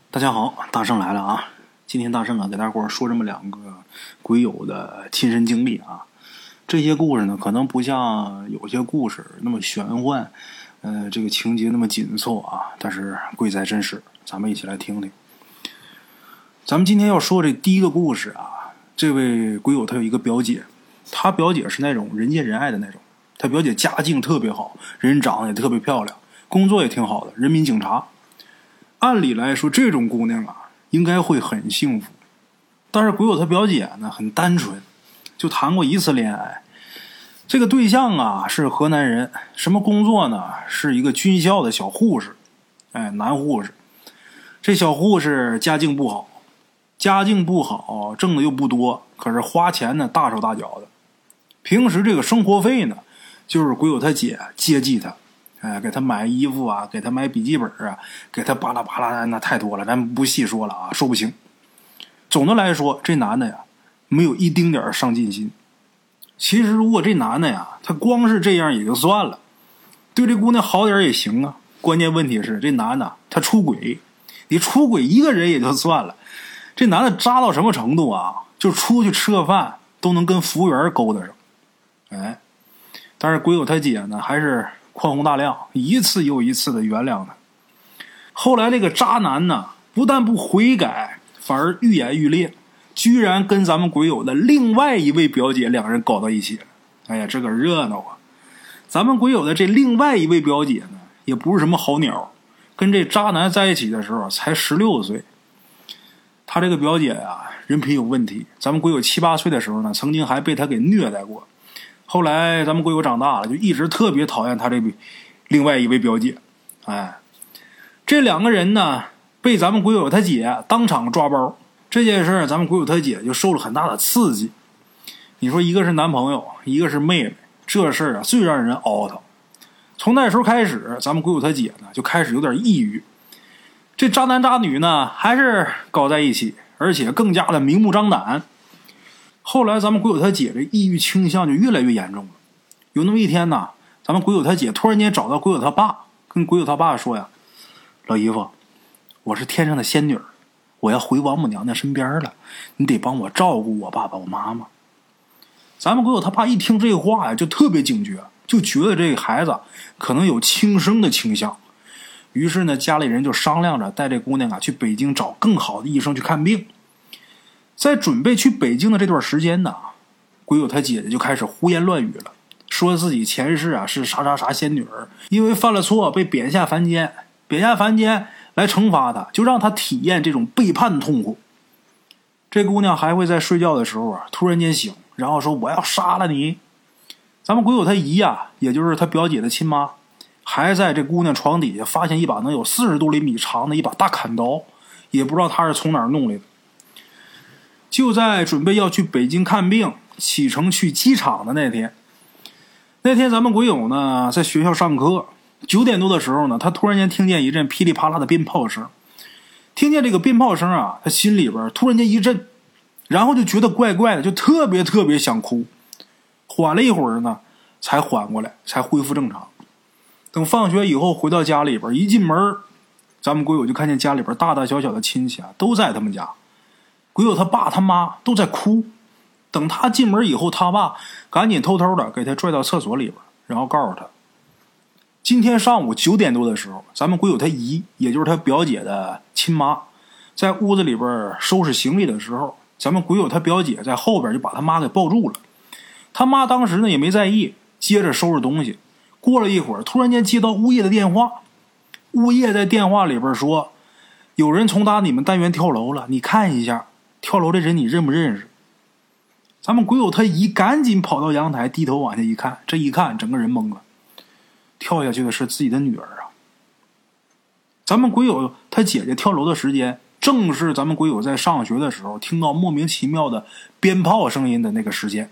大家好，大圣来了啊！今天大圣给大伙儿说这么两个鬼友的亲身经历啊。这些故事呢，可能不像有些故事那么玄幻，这个情节那么紧凑啊，但是贵在真实，咱们一起来听听。咱们今天要说这第一个故事啊，这位鬼友他有一个表姐，他表姐是那种人见人爱的那种，他表姐家境特别好，人长得也特别漂亮，工作也挺好的，人民警察。按理来说，这种姑娘啊，应该会很幸福。但是鬼友他表姐呢，很单纯，就谈过一次恋爱。这个对象啊是河南人，什么工作呢？是一个军校的小护士，男护士。这小护士家境不好，挣的又不多，可是花钱呢大手大脚的。平时这个生活费呢，就是鬼友他姐接济他。给他买衣服啊，给他买笔记本啊，给他巴拉巴拉，那太多了，咱不细说了啊，说不清。总的来说，这男的呀，没有一丁点上进心。其实如果这男的呀，他光是这样也就算了，对这姑娘好点也行啊。关键问题是这男的他出轨，你出轨一个人也就算了，这男的渣到什么程度啊？就出去吃个饭都能跟服务员勾搭上。但是鬼友他姐呢，还是宽宏大量，一次又一次的原谅他。后来这个渣男呢，不但不悔改，反而愈演愈烈，居然跟咱们鬼友的另外一位表姐两人搞到一起了。哎呀，这个热闹啊！咱们鬼友的这另外一位表姐呢，也不是什么好鸟，跟这渣男在一起的时候才16岁。他这个表姐啊，人品有问题，咱们鬼友7、8岁的时候呢，曾经还被他给虐待过。后来咱们鬼友长大了，就一直特别讨厌他这另外一位表姐。这两个人呢，被咱们鬼友他姐当场抓包。这件事咱们鬼友他姐就受了很大的刺激。你说一个是男朋友，一个是妹妹，这事啊最让人熬腾。从那时候开始，咱们鬼友他姐呢就开始有点抑郁。这渣男渣女呢还是搞在一起，而且更加的明目张胆。后来咱们鬼友他姐这抑郁倾向就越来越严重了。有那么一天呢，咱们鬼友他姐突然间找到鬼友他爸，跟鬼友他爸说呀：“老姨夫，我是天上的仙女，我要回王母娘娘身边了，你得帮我照顾我爸爸我妈妈。”咱们鬼友他爸一听这话呀，就特别警觉，就觉得这个孩子可能有轻生的倾向。于是呢，家里人就商量着带这姑娘啊去北京找更好的医生去看病。在准备去北京的这段时间呢，鬼友他姐姐就开始胡言乱语了，说自己前世啊是啥啥啥仙女儿，因为犯了错被贬下凡间来惩罚他，就让他体验这种背叛的痛苦。这姑娘还会在睡觉的时候啊突然间醒，然后说我要杀了你。咱们鬼友他姨啊，也就是他表姐的亲妈，还在这姑娘床底下发现一把能有40多厘米长的一把大砍刀，也不知道他是从哪儿弄来的。就在准备要去北京看病，启程去机场的那天咱们鬼友呢在学校上课，9点多的时候呢，他突然间听见一阵噼里啪啦的鞭炮声。听见这个鞭炮声啊，他心里边突然间一震，然后就觉得怪怪的，就特别特别想哭。缓了一会儿呢，才缓过来，才恢复正常。等放学以后回到家里边，一进门，咱们鬼友就看见家里边大大小小的亲戚啊都在他们家。鬼友他爸他妈都在哭。等他进门以后，他爸赶紧偷偷的给他拽到厕所里边，然后告诉他，今天上午9点多的时候，咱们鬼友他姨，也就是他表姐的亲妈，在屋子里边收拾行李的时候，咱们鬼友他表姐在后边就把他妈给抱住了。他妈当时呢也没在意，接着收拾东西。过了一会儿，突然间接到物业的电话，物业在电话里边说，有人从你们单元跳楼了，你看一下跳楼的人你认不认识？咱们鬼友他姨赶紧跑到阳台，低头往下一看，这一看整个人懵了，跳下去的是自己的女儿啊！咱们鬼友他姐姐跳楼的时间，正是咱们鬼友在上学的时候听到莫名其妙的鞭炮声音的那个时间。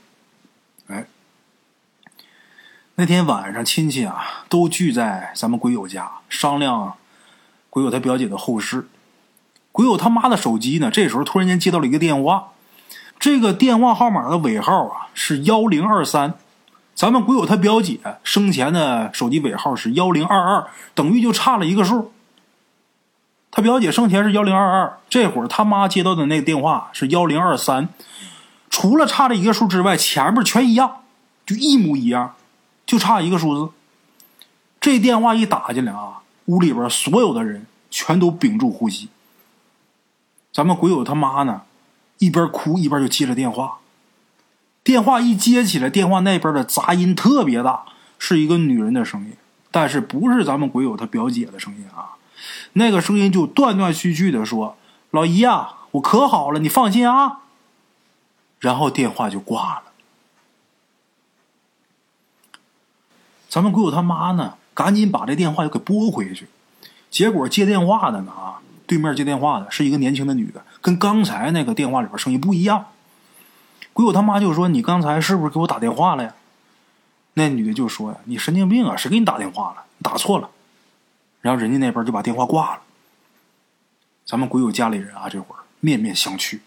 那天晚上亲戚啊都聚在咱们鬼友家商量鬼友他表姐的后事。鬼友他妈的手机呢，这时候突然间接到了一个电话，这个电话号码的尾号啊是1023，咱们鬼友他表姐生前的手机尾号是1022，等于就差了一个数。 他表姐生前是1022，这会儿他妈接到的那个电话是1023，除了差这一个数之外，前面全一样，就一模一样，就差一个数字。这电话一打进来啊，屋里边所有的人全都屏住呼吸。咱们鬼友他妈呢，一边哭一边就接着电话。电话一接起来，电话那边的杂音特别大，是一个女人的声音，但是不是咱们鬼友他表姐的声音啊。那个声音就断断续续的说：“老姨啊，我可好了，你放心啊。”然后电话就挂了。咱们鬼友他妈呢，赶紧把这电话又给拨回去。结果接电话的呢对面接电话的是一个年轻的女的，跟刚才那个电话里边声音不一样。鬼友他妈就说：“你刚才是不是给我打电话了呀？”那女的就说：“呀，你神经病啊，谁给你打电话了？你打错了。”然后人家那边就把电话挂了。咱们鬼友家里人啊，这会儿面面相觑。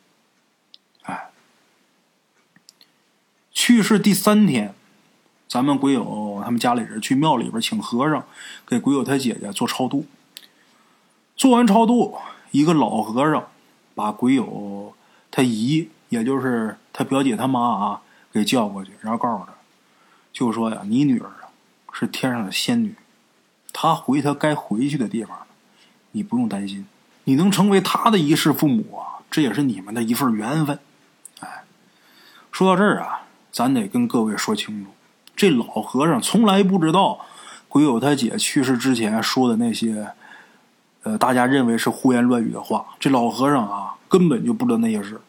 去世第3天，咱们鬼友他们家里人去庙里边请和尚给鬼友他姐姐做超度。做完超度，一个老和尚把鬼友他姨，也就是他表姐他妈给叫过去，然后告诉他，就说呀，你女儿是天上的仙女，她回她该回去的地方，你不用担心，你能成为她的一世父母这也是你们的一份缘分。说到这儿咱得跟各位说清楚，这老和尚从来不知道鬼友他姐去世之前说的那些大家认为是胡言乱语的话，这老和尚根本就不知道那些事。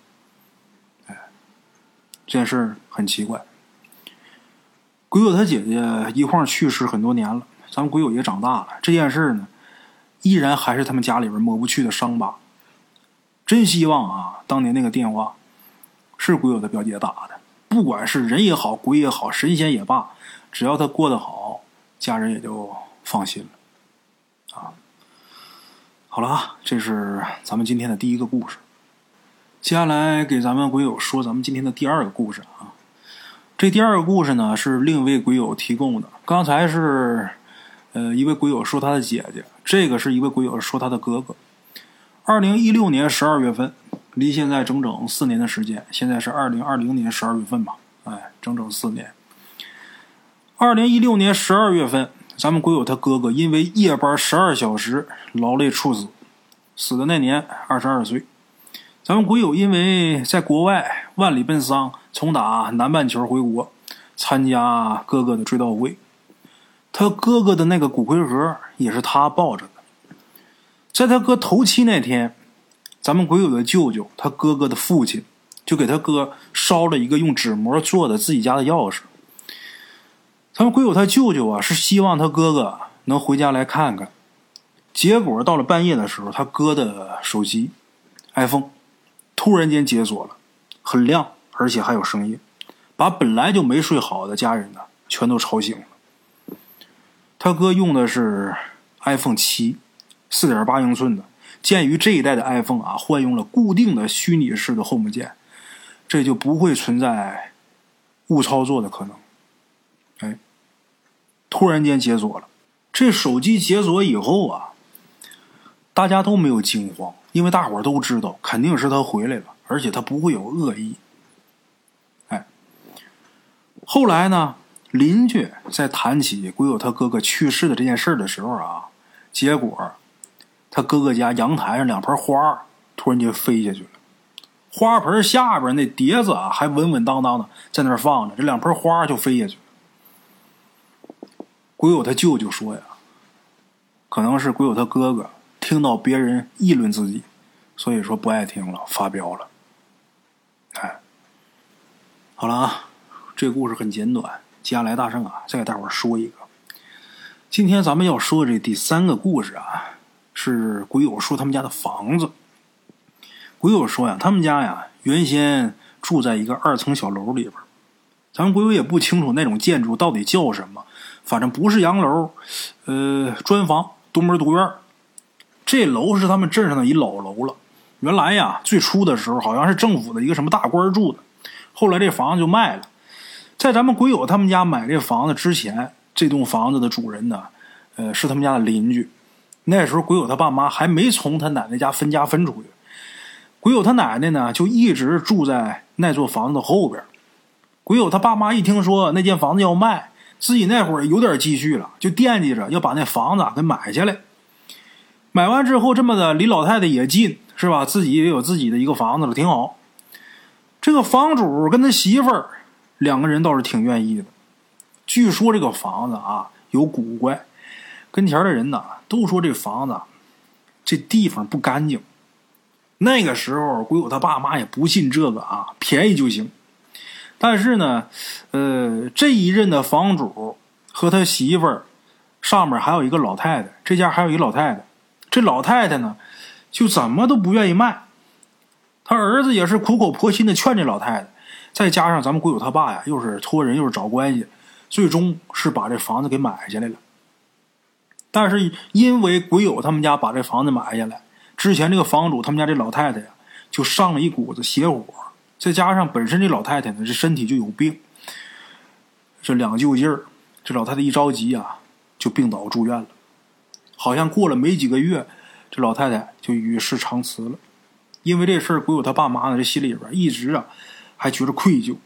这件事很奇怪。鬼友他姐姐一晃去世很多年了，咱们鬼友也长大了，这件事呢依然还是他们家里边抹不去的伤疤。真希望当年那个电话是鬼友的表姐打的，不管是人也好，鬼也好，神仙也罢，只要他过得好，家人也就放心了。好了这是咱们今天的第一个故事。接下来给咱们鬼友说咱们今天的第二个故事这第二个故事呢是另一位鬼友提供的。刚才是一位鬼友说他的姐姐，这个是一位鬼友说他的哥哥。2016年12月份，离现在整整4年的时间，现在是2020年12月份吧，整整4年。2016年12月份，咱们鬼友他哥哥因为夜班12小时劳累猝死，死的那年22岁。咱们鬼友因为在国外万里奔丧，从打南半球回国，参加哥哥的追悼会。他哥哥的那个骨灰盒也是他抱着的。在他哥头七那天，咱们鬼友的舅舅，他哥哥的父亲，就给他哥烧了一个用纸膜做的自己家的钥匙。咱们鬼友他舅舅是希望他哥哥能回家来看看。结果到了半夜的时候，他哥的手机 iPhone 突然间解锁了，很亮，而且还有声音，把本来就没睡好的家人呢全都吵醒了。他哥用的是 iPhone 7 4.8 英寸的，鉴于这一代的 iPhone 换用了固定的虚拟式的 Home 键，这就不会存在误操作的可能。突然间解锁了。这手机解锁以后大家都没有惊慌，因为大伙儿都知道肯定是他回来了，而且他不会有恶意。后来呢，邻居在谈起鬼友他哥哥去世的这件事的时候结果他哥哥家阳台上2盆花突然间飞下去了，花盆下边那碟子还稳稳当当的在那儿放着，这2盆花就飞下去了。鬼友他舅舅说可能是鬼友他哥哥听到别人议论自己，所以说不爱听了，发飙了。好了这个故事很简短，接下来大圣再给大伙儿说一个。今天咱们要说的这第3个故事是鬼友说他们家的房子。鬼友说他们家原先住在一个2层小楼里边，咱们鬼友也不清楚那种建筑到底叫什么，反正不是洋楼，砖房，独门独院。这楼是他们镇上的一老楼了，原来最初的时候好像是政府的一个什么大官住的，后来这房子就卖了。在咱们鬼友他们家买这房子之前，这栋房子的主人呢是他们家的邻居， 那时候鬼友他爸妈还没从他奶奶家分家分出去，鬼友他奶奶呢就一直住在那座房子的后边。鬼友他爸妈一听说那间房子要卖，自己那会儿有点积蓄了，就惦记着要把那房子给买下来。买完之后这么的离老太太也近，是吧？自己也有自己的一个房子了，挺好。这个房主跟他媳妇儿两个人倒是挺愿意的。据说这个房子啊有古怪，跟前的人呢都说这房子这地方不干净。那个时候鬼友他爸妈也不信这个啊，便宜就行。但是呢这一任的房主和他媳妇儿上面还有一个老太太，这家还有一个老太太。这老太太呢就怎么都不愿意卖，他儿子也是苦口婆心的劝这老太太，再加上咱们鬼友他爸呀又是托人又是找关系，最终是把这房子给买下来了。但是因为鬼友他们家把这房子买下来之前，这个房主他们家这老太太呀就上了一股子邪火，再加上本身这老太太呢这身体就有病，这两旧劲儿，这老太太一着急啊就病倒住院了。好像过了没几个月，这老太太就与世长辞了。因为这事儿，鬼友他爸妈呢这心里边一直啊还觉得愧疚。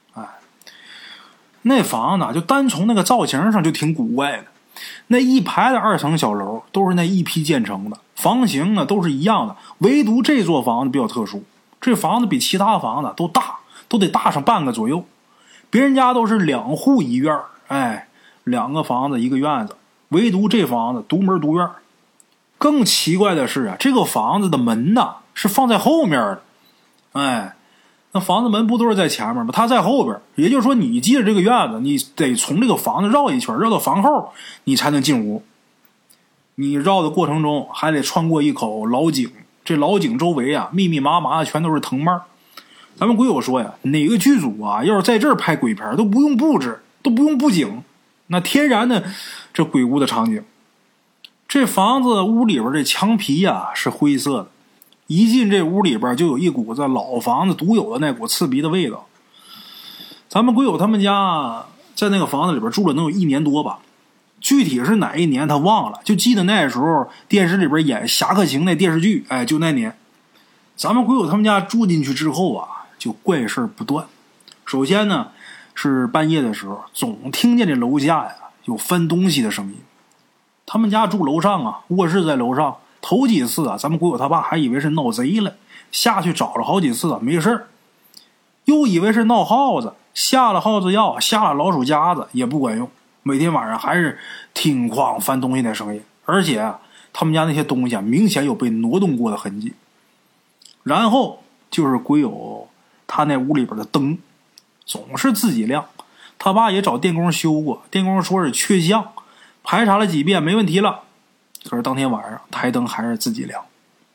那房子就单从那个造型上就挺古怪的，那一排的2层小楼都是那一批建成的，房型呢都是一样的，唯独这座房子比较特殊，这房子比其他房子都大，都得大上半个左右。别人家都是2户1院，2个房子1个院子，唯独这房子独门独院。更奇怪的是啊，这个房子的门呢是放在后面的。那房子门不都是在前面吗？它在后边，也就是说你进了这个院子，你得从这个房子绕一圈，绕到房后你才能进屋。你绕的过程中还得穿过一口老井，这老井周围啊密密麻麻的全都是藤蔓。咱们鬼友说呀，哪个剧组啊要是在这儿拍鬼片都不用布置，都不用布景，那天然的这鬼屋的场景。这房子屋里边这墙皮啊是灰色的，一进这屋里边就有一股子老房子独有的那股刺鼻的味道。咱们鬼友他们家在那个房子里边住了能有1年多吧，具体是哪一年他忘了，就记得那时候电视里边演侠客行那电视剧，就那年。咱们鬼友他们家住进去之后啊，就怪事不断。首先呢是半夜的时候总听见这楼下呀有翻东西的声音。他们家住楼上啊，卧室在楼上，头几次啊咱们鬼友他爸还以为是闹贼了，下去找了好几次啊没事儿，又以为是闹耗子，下了耗子药，下了老鼠夹子也不管用，每天晚上还是听哐翻东西的声音，而且啊他们家那些东西啊明显有被挪动过的痕迹。然后就是鬼友他那屋里边的灯总是自己亮，他爸也找电工修过，电工说是缺项，排查了几遍没问题了，可是当天晚上台灯还是自己亮。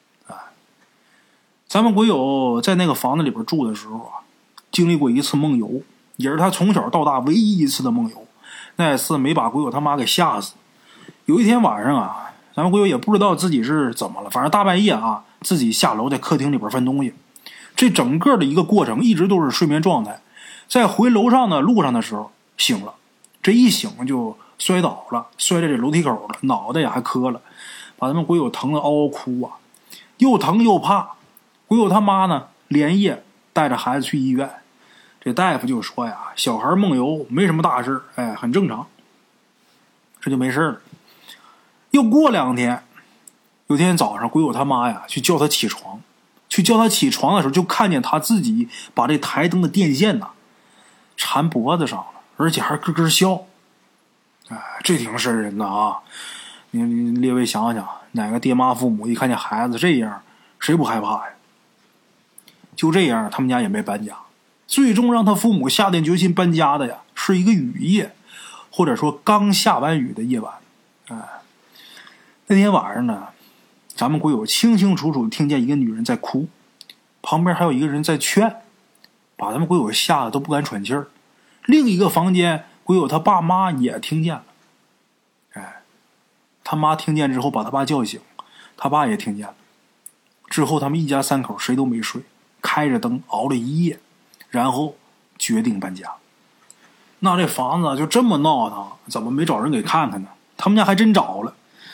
咱们鬼友在那个房子里边住的时候啊，经历过一次梦游，也是他从小到大唯一一次的梦游。那次没把鬼友他妈给吓死。有一天晚上啊，咱们鬼友也不知道自己是怎么了，反正大半夜啊自己下楼在客厅里边翻东西。这整个的一个过程一直都是睡眠状态，在回楼上的路上的时候醒了，这一醒就摔倒了，摔在这楼梯口了，脑袋也还磕了，把咱们鬼友疼得嗷嗷哭啊，又疼又怕。鬼友他妈呢连夜带着孩子去医院，这大夫就说呀，小孩梦游没什么大事，很正常，这就没事了。又过2天，有天早上鬼友他妈呀去叫他起床，的时候就看见他自己把这台灯的电线呐缠脖子上了，而且还咯咯笑。这挺瘆人的啊！你列位想想，哪个爹妈父母一看见孩子这样，谁不害怕呀？就这样，他们家也没搬家。最终让他父母下定决心搬家的呀，是一个雨夜，或者说刚下完雨的夜晚。那天晚上呢，咱们鬼友清清楚楚听见一个女人在哭，旁边还有一个人在劝，把咱们鬼友吓得都不敢喘气儿。另一个房间，鬼友他爸妈也听见了。他妈听见之后把他爸叫醒，他爸也听见了。之后他们一家3口谁都没睡，开着灯熬了一夜，然后决定搬家。那这房子就这么闹腾，怎么没找人给看看呢？他们家还真找了。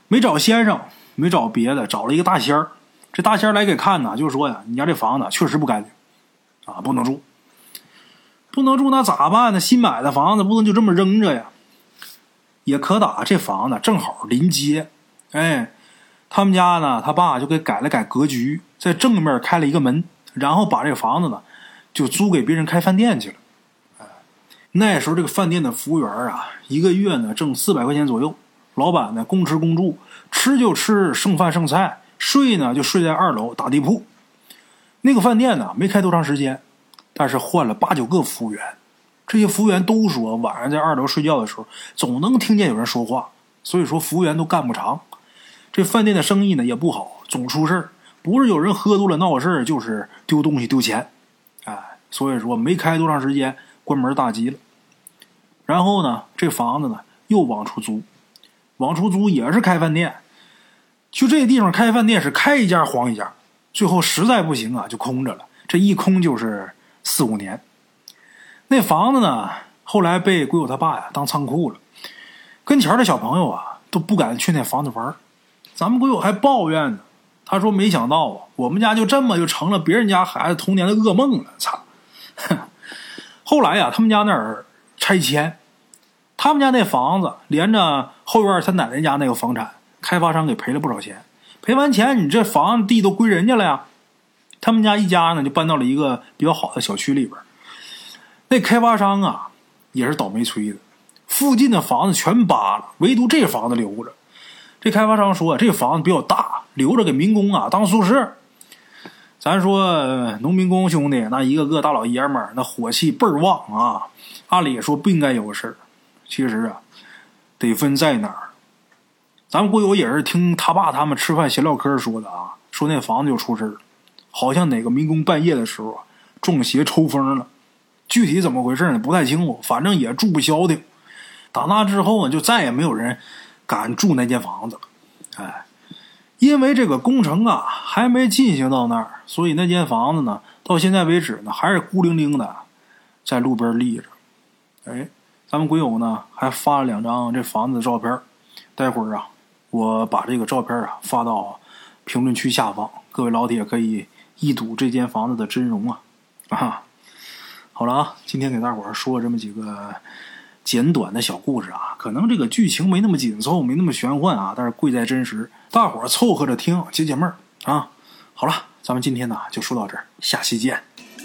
没找先生，没找别的，找了一个大仙儿。这大仙儿来给看呢，就说呀，你家这房子确实不干净啊，不能住。不能住那咋办呢？新买的房子不能就这么扔着呀。也可打，这房子正好临街，哎，他们家呢，他爸就给改了改格局，在正面开了一个门，然后把这个房子呢就租给别人开饭店去了。那时候这个饭店的服务员啊，一个月呢挣400块钱左右，老板呢公吃公住，吃就吃剩饭剩菜，睡呢就睡在2楼打地铺。那个饭店呢没开多长时间，但是换了8、9个服务员。这些服务员都说晚上在2楼睡觉的时候总能听见有人说话，所以说服务员都干不长。这饭店的生意呢也不好，总出事儿，不是有人喝多了闹事儿，就是丢东西丢钱。所以说没开多长时间关门大吉了。然后呢这房子呢又往出租，往出租也是开饭店，就这地方开饭店是开一家黄一家，最后实在不行啊就空着了，这一空就是4、5年。那房子呢后来被鬼友他爸呀当仓库了，跟前的小朋友啊都不敢去那房子玩。咱们鬼友还抱怨呢，他说没想到啊，我们家就这么就成了别人家孩子童年的噩梦了，操！后来呀他们家那儿拆迁，他们家那房子连着后院他奶奶家那个房产，开发商给赔了不少钱。赔完钱你这房子地都归人家了呀，他们家一家呢就搬到了一个比较好的小区里边。那开发商啊也是倒霉催的，附近的房子全扒了，唯独这房子留着。这开发商说这房子比较大，留着给民工啊当宿舍。咱说农民工兄弟那一个个大老爷们儿，那火气倍儿旺啊，按理说不应该有事。其实啊得分在哪儿。咱们鬼友也是听他爸他们吃饭闲聊嗑说的啊，说那房子就出事了，好像哪个民工半夜的时候啊中邪抽风了，具体怎么回事呢不太清楚，反正也住不消停。打那之后呢就再也没有人敢住那间房子了。因为这个工程啊还没进行到那儿，所以那间房子呢到现在为止呢还是孤零零的在路边立着。咱们鬼友呢还发了2张这房子的照片，待会儿啊我把这个照片啊发到评论区下方，各位老铁可以一睹这间房子的真容啊。好了啊，今天给大伙儿说了这么几个简短的小故事啊，可能这个剧情没那么紧凑，没那么玄幻啊，但是贵在真实，大伙儿凑合着听解解闷儿啊。好了，咱们今天呢就说到这儿，下期见。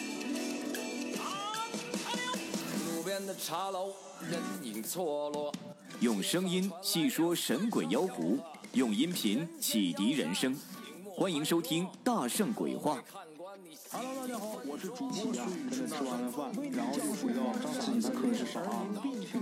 路边的茶楼人影错落，用声音细说神鬼妖狐，用音频启迪人生。欢迎收听大圣鬼话。 Hello， 大家好，我是主播跟着吃完了饭，然后就回到自己的课室上啊。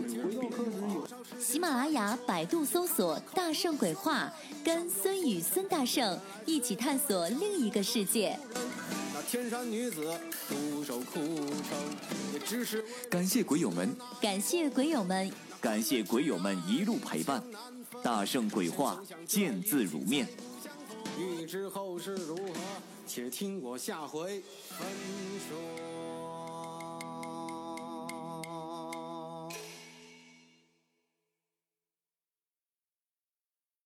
喜马拉雅、百度搜索“大圣鬼话”，跟孙宇、孙大圣一起探索另一个世界。 那天山女子独守枯城，也只是感谢鬼友们， 感谢鬼友们， 感谢鬼友们一路陪伴。大圣鬼话，见字如面。 欲知后事如何，且听我下回分说。